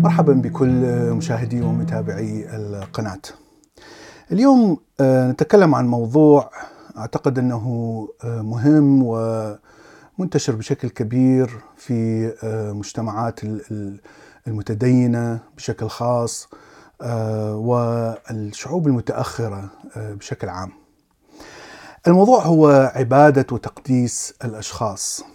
مرحبا بكل مشاهدي ومتابعي القناة. اليوم نتكلم عن موضوع أعتقد أنه مهم ومنتشر بشكل كبير في مجتمعات المتدينة بشكل خاص والشعوب المتأخرة بشكل عام. الموضوع هو عبادة وتقديس الأشخاص.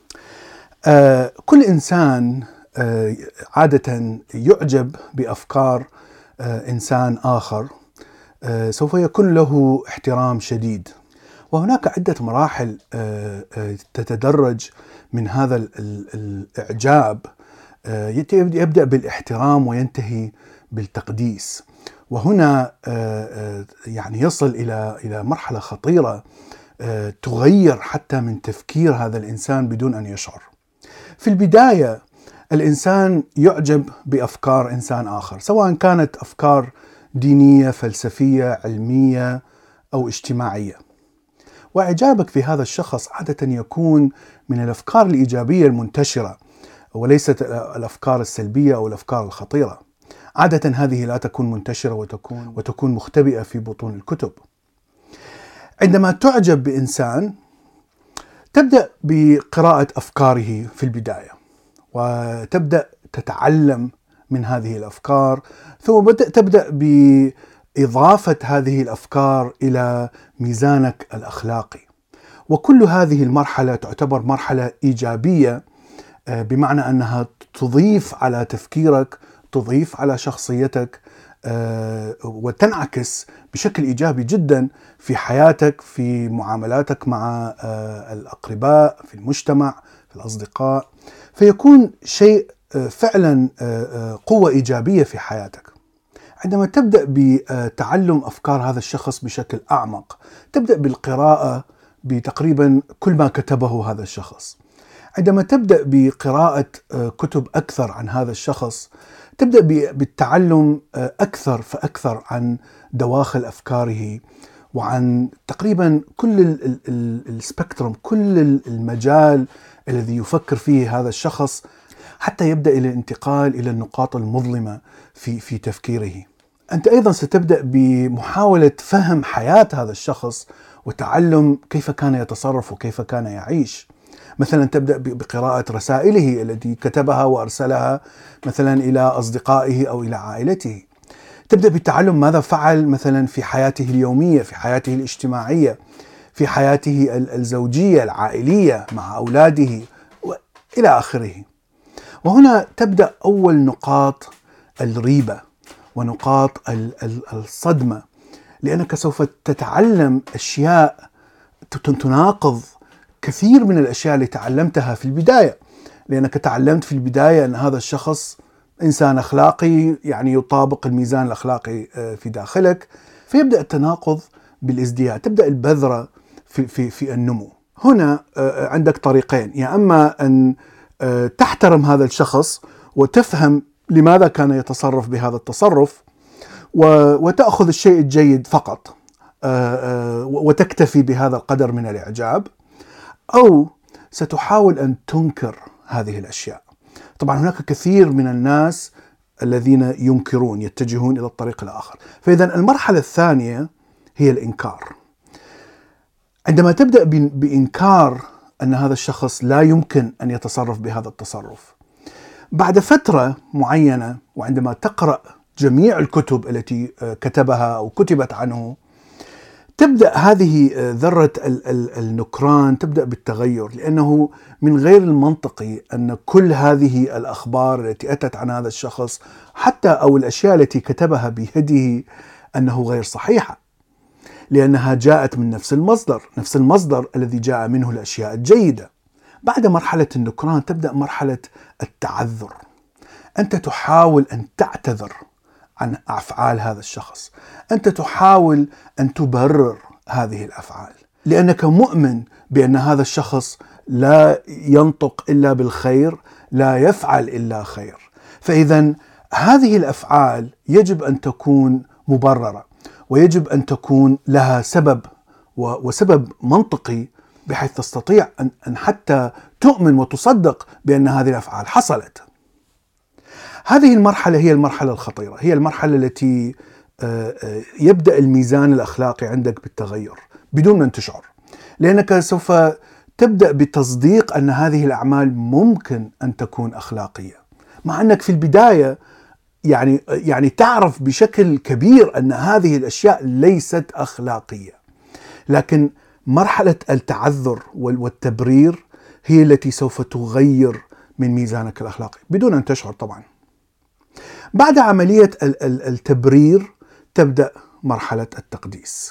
كل إنسان عادة يعجب بأفكار إنسان آخر سوف يكون له احترام شديد، وهناك عدة مراحل تتدرج من هذا الإعجاب. يبدأ بالاحترام وينتهي بالتقديس، وهنا يعني يصل إلى مرحلة خطيرة تغير حتى من تفكير هذا الإنسان بدون أن يشعر. في البداية الإنسان يعجب بأفكار إنسان آخر، سواء كانت أفكار دينية، فلسفية، علمية أو اجتماعية، وإعجابك في هذا الشخص عادة يكون من الأفكار الإيجابية المنتشرة وليست الأفكار السلبية أو الأفكار الخطيرة. عادة هذه لا تكون منتشرة وتكون مختبئة في بطون الكتب. عندما تعجب بإنسان تبدأ بقراءة أفكاره في البداية، وتبدأ تتعلم من هذه الأفكار، ثم تبدأ بإضافة هذه الأفكار إلى ميزانك الأخلاقي. وكل هذه المرحلة تعتبر مرحلة إيجابية، بمعنى أنها تضيف على تفكيرك، تضيف على شخصيتك، وتنعكس بشكل إيجابي جدا في حياتك، في معاملاتك مع الأقرباء، في المجتمع، في الأصدقاء، فيكون شيء فعلا قوة إيجابية في حياتك. عندما تبدأ بتعلم أفكار هذا الشخص بشكل أعمق، تبدأ بالقراءة بتقريبا كل ما كتبه هذا الشخص. عندما تبدأ بقراءة كتب أكثر عن هذا الشخص، تبدأ بالتعلم أكثر فأكثر عن دواخل أفكاره، وعن تقريبا كل السبكتروم، كل المجال الذي يفكر فيه هذا الشخص، حتى يبدأ إلى الانتقال إلى النقاط المظلمة في تفكيره. أنت أيضا ستبدأ بمحاولة فهم حياة هذا الشخص وتعلم كيف كان يتصرف وكيف كان يعيش. مثلا تبدأ بقراءة رسائله التي كتبها وأرسلها مثلا إلى أصدقائه أو إلى عائلته. تبدأ بالتعلم ماذا فعل مثلا في حياته اليومية، في حياته الاجتماعية، في حياته الزوجية العائلية مع أولاده إلى آخره. وهنا تبدأ أول نقاط الريبة ونقاط الصدمة، لأنك سوف تتعلم أشياء تناقض كثير من الأشياء اللي تعلمتها في البداية، لأنك تعلمت في البداية أن هذا الشخص إنسان أخلاقي، يعني يطابق الميزان الأخلاقي في داخلك، فيبدأ التناقض بالازدياد، تبدأ البذرة في النمو. هنا عندك طريقين: يا أما أن تحترم هذا الشخص وتفهم لماذا كان يتصرف بهذا التصرف وتأخذ الشيء الجيد فقط وتكتفي بهذا القدر من الإعجاب، أو ستحاول أن تنكر هذه الأشياء. طبعا هناك كثير من الناس الذين ينكرون، يتجهون إلى الطريق الآخر. فإذا المرحلة الثانية هي الإنكار. عندما تبدأ بإنكار أن هذا الشخص لا يمكن أن يتصرف بهذا التصرف، بعد فترة معينة وعندما تقرأ جميع الكتب التي كتبها أو كتبت عنه، تبدأ هذه ذرة النكران تبدأ بالتغير، لأنه من غير المنطقي أن كل هذه الأخبار التي أتت عن هذا الشخص حتى أو الأشياء التي كتبها بيده أنه غير صحيحة، لأنها جاءت من نفس المصدر الذي جاء منه الأشياء الجيدة. بعد مرحلة النكران تبدأ مرحلة التعذر. أنت تحاول أن تعتذر عن أفعال هذا الشخص، أنت تحاول أن تبرر هذه الأفعال، لأنك مؤمن بأن هذا الشخص لا ينطق إلا بالخير، لا يفعل إلا خير. فإذا هذه الأفعال يجب أن تكون مبررة، ويجب أن تكون لها سبب وسبب منطقي، بحيث تستطيع أن حتى تؤمن وتصدق بأن هذه الأفعال حصلت. هذه المرحلة هي المرحلة الخطيرة، هي المرحلة التي يبدأ الميزان الأخلاقي عندك بالتغير بدون أن تشعر، لأنك سوف تبدأ بتصديق أن هذه الأعمال ممكن أن تكون أخلاقية، مع أنك في البداية يعني تعرف بشكل كبير أن هذه الأشياء ليست أخلاقية. لكن مرحلة التعذر والتبرير هي التي سوف تغير من ميزانك الأخلاقي بدون أن تشعر طبعا. بعد عملية التبرير تبدأ مرحلة التقديس،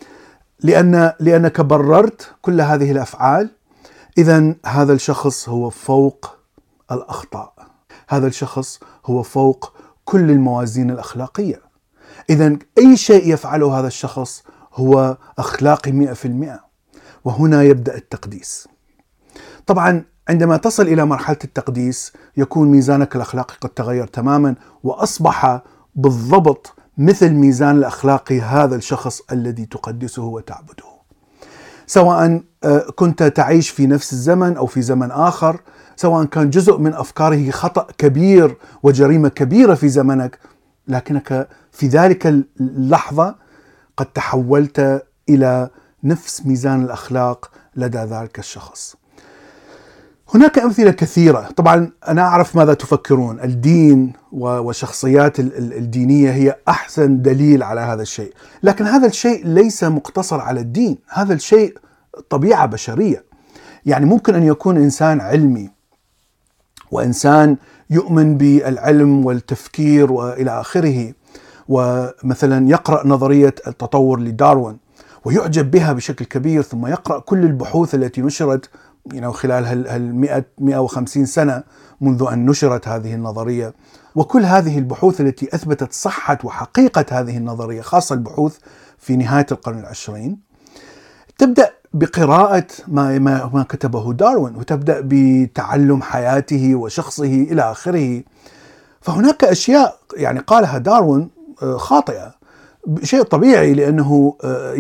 لأنك بررت كل هذه الأفعال، إذن هذا الشخص هو فوق الأخطاء، هذا الشخص هو فوق كل الموازين الأخلاقية، إذن أي شيء يفعله هذا الشخص هو أخلاقي 100%. وهنا يبدأ التقديس. طبعا عندما تصل إلى مرحلة التقديس يكون ميزانك الأخلاقي قد تغير تماما، وأصبح بالضبط مثل ميزان الأخلاقي هذا الشخص الذي تقدسه وتعبده، سواء كنت تعيش في نفس الزمن أو في زمن آخر، سواء كان جزء من أفكاره خطأ كبير وجريمة كبيرة في زمنك، لكنك في ذلك اللحظة قد تحولت إلى نفس ميزان الأخلاق لدى ذلك الشخص. هناك أمثلة كثيرة، طبعا أنا أعرف ماذا تفكرون، الدين والشخصيات الدينية هي أحسن دليل على هذا الشيء، لكن هذا الشيء ليس مقتصر على الدين، هذا الشيء طبيعة بشرية. يعني ممكن أن يكون إنسان علمي وإنسان يؤمن بالعلم والتفكير وإلى آخره، ومثلا يقرأ نظرية التطور لداروين ويعجب بها بشكل كبير، ثم يقرأ كل البحوث التي نشرت خلال 150 سنة منذ أن نشرت هذه النظرية، وكل هذه البحوث التي أثبتت صحة وحقيقة هذه النظرية، خاصة البحوث في نهاية القرن العشرين. تبدأ بقراءة ما كتبه داروين، وتبدأ بتعلم حياته وشخصه إلى آخره. فهناك أشياء قالها داروين خاطئة، شيء طبيعي، لأنه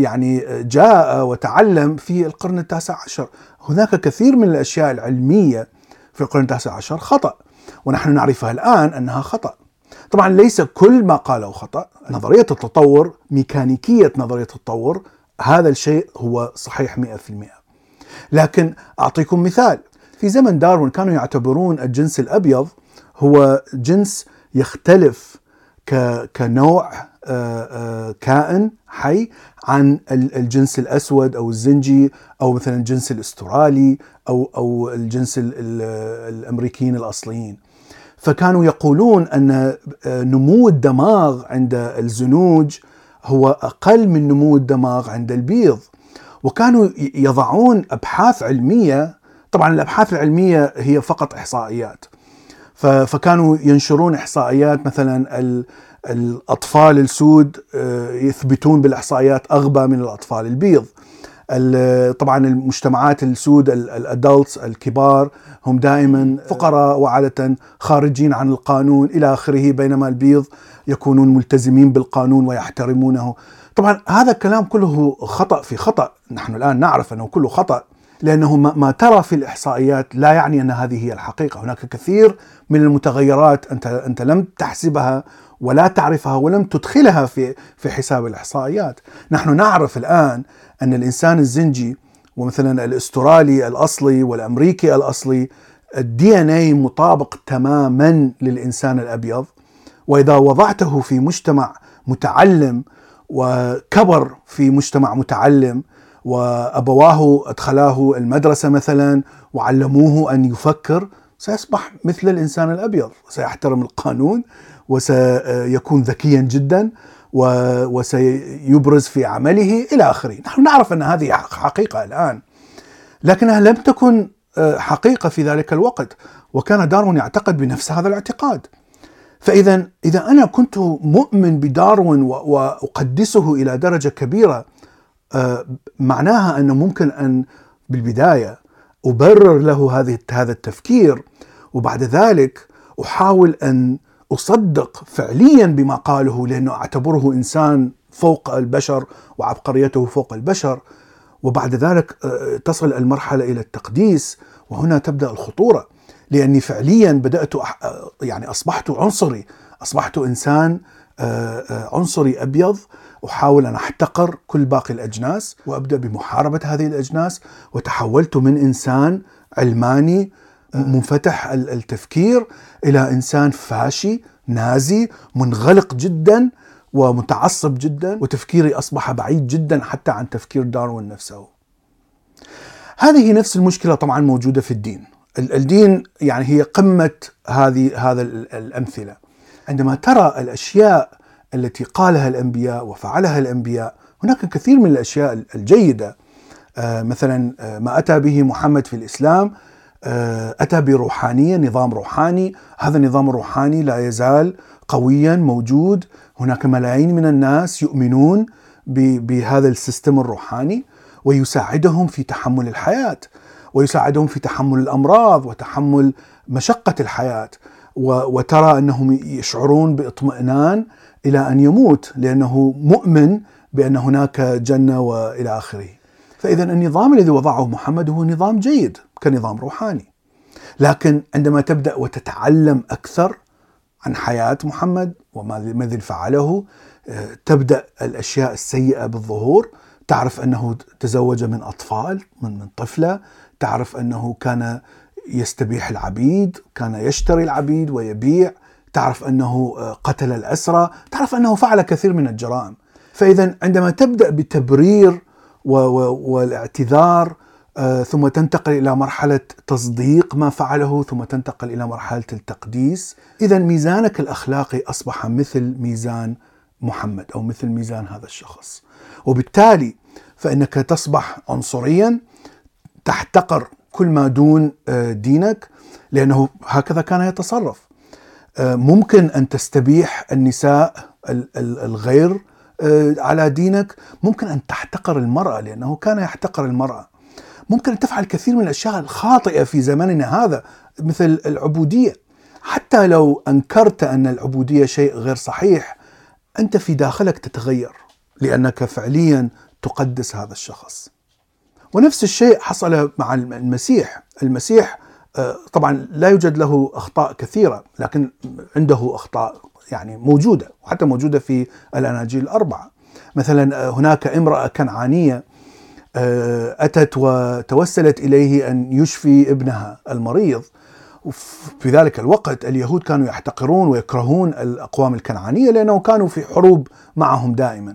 جاء وتعلم في القرن ال19. هناك كثير من الأشياء العلمية في القرن ال19 خطأ، ونحن نعرفها الآن أنها خطأ. طبعا ليس كل ما قاله خطأ، نظرية التطور، ميكانيكية نظرية التطور، هذا الشيء هو صحيح 100%. لكن أعطيكم مثال، في زمن داروين كانوا يعتبرون الجنس الأبيض هو جنس يختلف كنوع كائن حي عن الجنس الأسود أو الزنجي، أو مثلا الجنس الأسترالي أو الجنس الأمريكيين الأصليين. فكانوا يقولون أن نمو الدماغ عند الزنوج هو أقل من نمو الدماغ عند البيض، وكانوا يضعون أبحاث علمية. طبعا الأبحاث العلمية هي فقط إحصائيات، فكانوا ينشرون إحصائيات، مثلا الأطفال السود يثبتون بالإحصائيات أغبى من الأطفال البيض. طبعا المجتمعات السود الأدلتس الكبار هم دائما فقراء وعادة خارجين عن القانون إلى آخره، بينما البيض يكونون ملتزمين بالقانون ويحترمونه. طبعا هذا الكلام كله خطأ في خطأ، نحن الآن نعرف أنه كله خطأ، لأنه ما ترى في الإحصائيات لا يعني أن هذه هي الحقيقة. هناك كثير من المتغيرات أنت لم تحسبها ولا تعرفها ولم تدخلها في حساب الإحصائيات. نحن نعرف الآن أن الإنسان الزنجي ومثلا الأسترالي الأصلي والأمريكي الأصلي الDNA مطابق تماما للإنسان الأبيض، وإذا وضعته في مجتمع متعلم وكبر في مجتمع متعلم، وأبواه أدخلاه المدرسة مثلا وعلموه أن يفكر، سيصبح مثل الإنسان الأبيض، سيحترم القانون وسيكون ذكيا جدا وسيبرز في عمله إلى آخره. نحن نعرف أن هذه حقيقة الآن، لكنها لم تكن حقيقة في ذلك الوقت، وكان داروين يعتقد بنفس هذا الاعتقاد. فإذا أنا كنت مؤمن بداروين وأقدسه إلى درجة كبيرة، معناها أنه ممكن أن بالبداية أبرر له هذا التفكير، وبعد ذلك أحاول أن أصدق فعليا بما قاله، لأنه أعتبره إنسان فوق البشر وعبقريته فوق البشر. وبعد ذلك تصل المرحلة إلى التقديس، وهنا تبدأ الخطورة، لأني فعليا بدأت يعني أصبحت عنصري، أصبحت إنسان عنصري أبيض، أحاول أن أحتقر كل باقي الأجناس وأبدأ بمحاربة هذه الأجناس، وتحولت من إنسان علماني منفتح التفكير إلى إنسان فاشي نازي منغلق جدا ومتعصب جدا، وتفكيري أصبح بعيد جدا حتى عن تفكير داروين نفسه. هذه نفس المشكلة طبعا موجودة في الدين. الدين يعني هي قمة هذا الأمثلة. عندما ترى الأشياء التي قالها الأنبياء وفعلها الأنبياء، هناك كثير من الأشياء الجيدة. مثلا ما أتى به محمد في الإسلام، أتى بروحانية، نظام روحاني. هذا النظام الروحاني لا يزال قويا موجود. هناك ملايين من الناس يؤمنون بهذا السيستم الروحاني، ويساعدهم في تحمل الحياة، ويساعدهم في تحمل الأمراض وتحمل مشقة الحياة، وترى أنهم يشعرون باطمئنان إلى أن يموت، لأنه مؤمن بأن هناك جنة وإلى آخره. فإذا النظام الذي وضعه محمد هو نظام جيد كنظام روحاني. لكن عندما تبدأ وتتعلم أكثر عن حياة محمد وماذا فعله، تبدأ الأشياء السيئة بالظهور. تعرف أنه تزوج من أطفال، من طفلة، تعرف أنه كان يستبيح العبيد، كان يشتري العبيد ويبيع، تعرف أنه قتل الأسرى، تعرف أنه فعل كثير من الجرائم. فإذا عندما تبدأ بالتبرير والاعتذار، ثم تنتقل إلى مرحلة تصديق ما فعله، ثم تنتقل إلى مرحلة التقديس، إذا ميزانك الأخلاقي أصبح مثل ميزان محمد أو مثل ميزان هذا الشخص، وبالتالي فإنك تصبح عنصريا، تحتقر كل ما دون دينك، لأنه هكذا كان يتصرف. ممكن أن تستبيح النساء الغير على دينك، ممكن أن تحتقر المرأة لأنه كان يحتقر المرأة، ممكن أن تفعل كثير من الأشياء الخاطئة في زمننا هذا مثل العبودية. حتى لو أنكرت أن العبودية شيء غير صحيح، أنت في داخلك تتغير لأنك فعليا تقدس هذا الشخص. ونفس الشيء حصل مع المسيح. المسيح طبعا لا يوجد له أخطاء كثيرة، لكن عنده أخطاء يعني موجودة، وحتى موجودة في الأناجيل الأربعة. مثلا هناك امرأة كنعانية أتت وتوسلت إليه أن يشفي ابنها المريض. في ذلك الوقت اليهود كانوا يحتقرون ويكرهون الأقوام الكنعانية لأنه كانوا في حروب معهم دائما،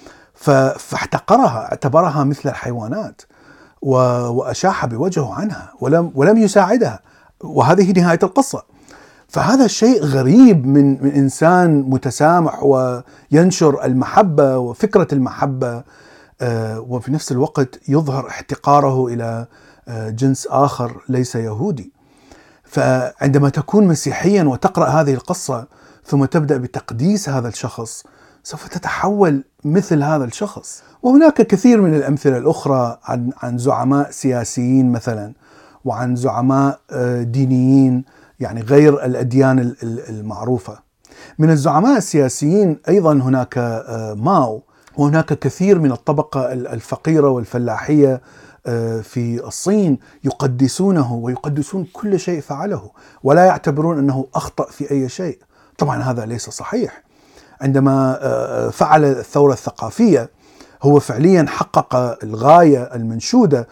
فاحتقرها، اعتبرها مثل الحيوانات، وأشاح بوجهه عنها ولم يساعدها، وهذه نهاية القصة. فهذا شيء غريب من إنسان متسامح وينشر المحبة وفكرة المحبة، وفي نفس الوقت يظهر احتقاره إلى جنس آخر ليس يهودي. فعندما تكون مسيحيا وتقرأ هذه القصة ثم تبدأ بتقديس هذا الشخص، سوف تتحول مثل هذا الشخص. وهناك كثير من الأمثلة الأخرى عن زعماء سياسيين مثلا، وعن زعماء دينيين يعني غير الأديان المعروفة. من الزعماء السياسيين أيضا هناك ماو، وهناك كثير من الطبقة الفقيرة والفلاحية في الصين يقدسونه ويقدسون كل شيء فعله، ولا يعتبرون أنه أخطأ في أي شيء. طبعا هذا ليس صحيح. عندما فعل الثورة الثقافية هو فعليا حقق الغاية المنشودة،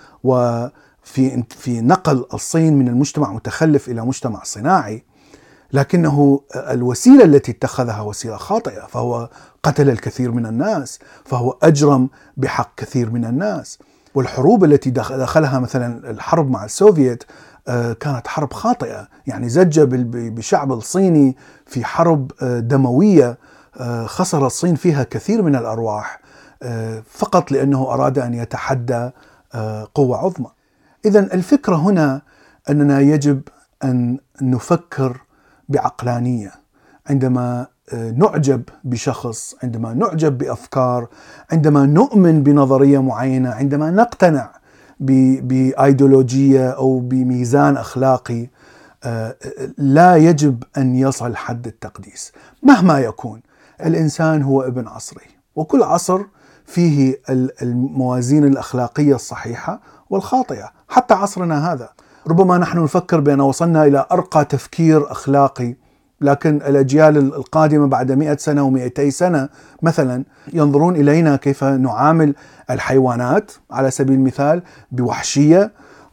وفي نقل الصين من المجتمع متخلف إلى مجتمع صناعي، لكنه الوسيلة التي اتخذها وسيلة خاطئة، فهو قتل الكثير من الناس، فهو أجرم بحق كثير من الناس. والحروب التي دخلها مثلا الحرب مع السوفييت كانت حرب خاطئة، يعني زج بالشعب الصيني في حرب دموية خسر الصين فيها كثير من الأرواح فقط لأنه أراد أن يتحدى قوة عظمى. إذن الفكرة هنا أننا يجب أن نفكر بعقلانية عندما نعجب بشخص، عندما نعجب بأفكار، عندما نؤمن بنظرية معينة، عندما نقتنع بأيديولوجية أو بميزان أخلاقي، لا يجب أن يصل حد التقديس مهما يكون. الإنسان هو ابن عصره، وكل عصر فيه الموازين الأخلاقية الصحيحة والخاطئة، حتى عصرنا هذا. ربما نحن نفكر بأن وصلنا إلى أرقى تفكير أخلاقي، لكن الأجيال القادمة بعد 100 سنة و200 سنة مثلا ينظرون إلينا كيف نعامل الحيوانات على سبيل المثال بوحشية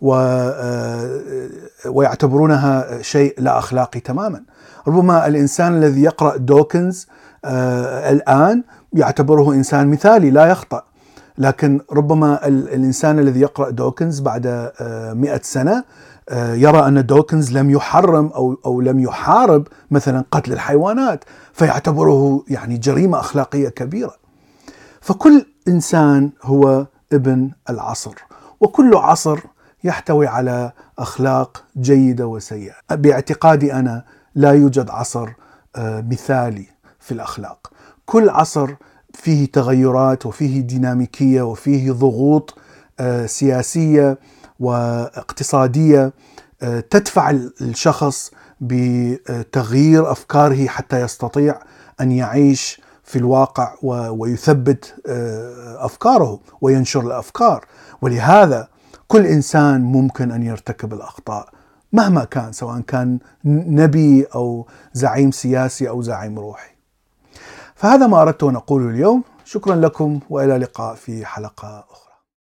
ويعتبرونها شيء لا أخلاقي تماما. ربما الإنسان الذي يقرأ دوكنز الآن يعتبره إنسان مثالي لا يخطأ، لكن ربما الإنسان الذي يقرأ دوكنز بعد 100 سنة يرى أن دوكنز لم يحرم أو لم يحارب مثلا قتل الحيوانات، فيعتبره يعني جريمة أخلاقية كبيرة. فكل إنسان هو ابن العصر، وكل عصر يحتوي على أخلاق جيدة وسيئة. باعتقادي أنا لا يوجد عصر مثالي في الأخلاق، كل عصر فيه تغيرات وفيه ديناميكية وفيه ضغوط سياسية واقتصادية تدفع الشخص بتغيير أفكاره حتى يستطيع أن يعيش في الواقع ويثبت أفكاره وينشر الأفكار. ولهذا كل إنسان ممكن أن يرتكب الأخطاء مهما كان، سواء كان نبي أو زعيم سياسي أو زعيم روحي. فهذا ما أردت أن أقوله اليوم. شكرا لكم وإلى اللقاء في حلقة أخرى.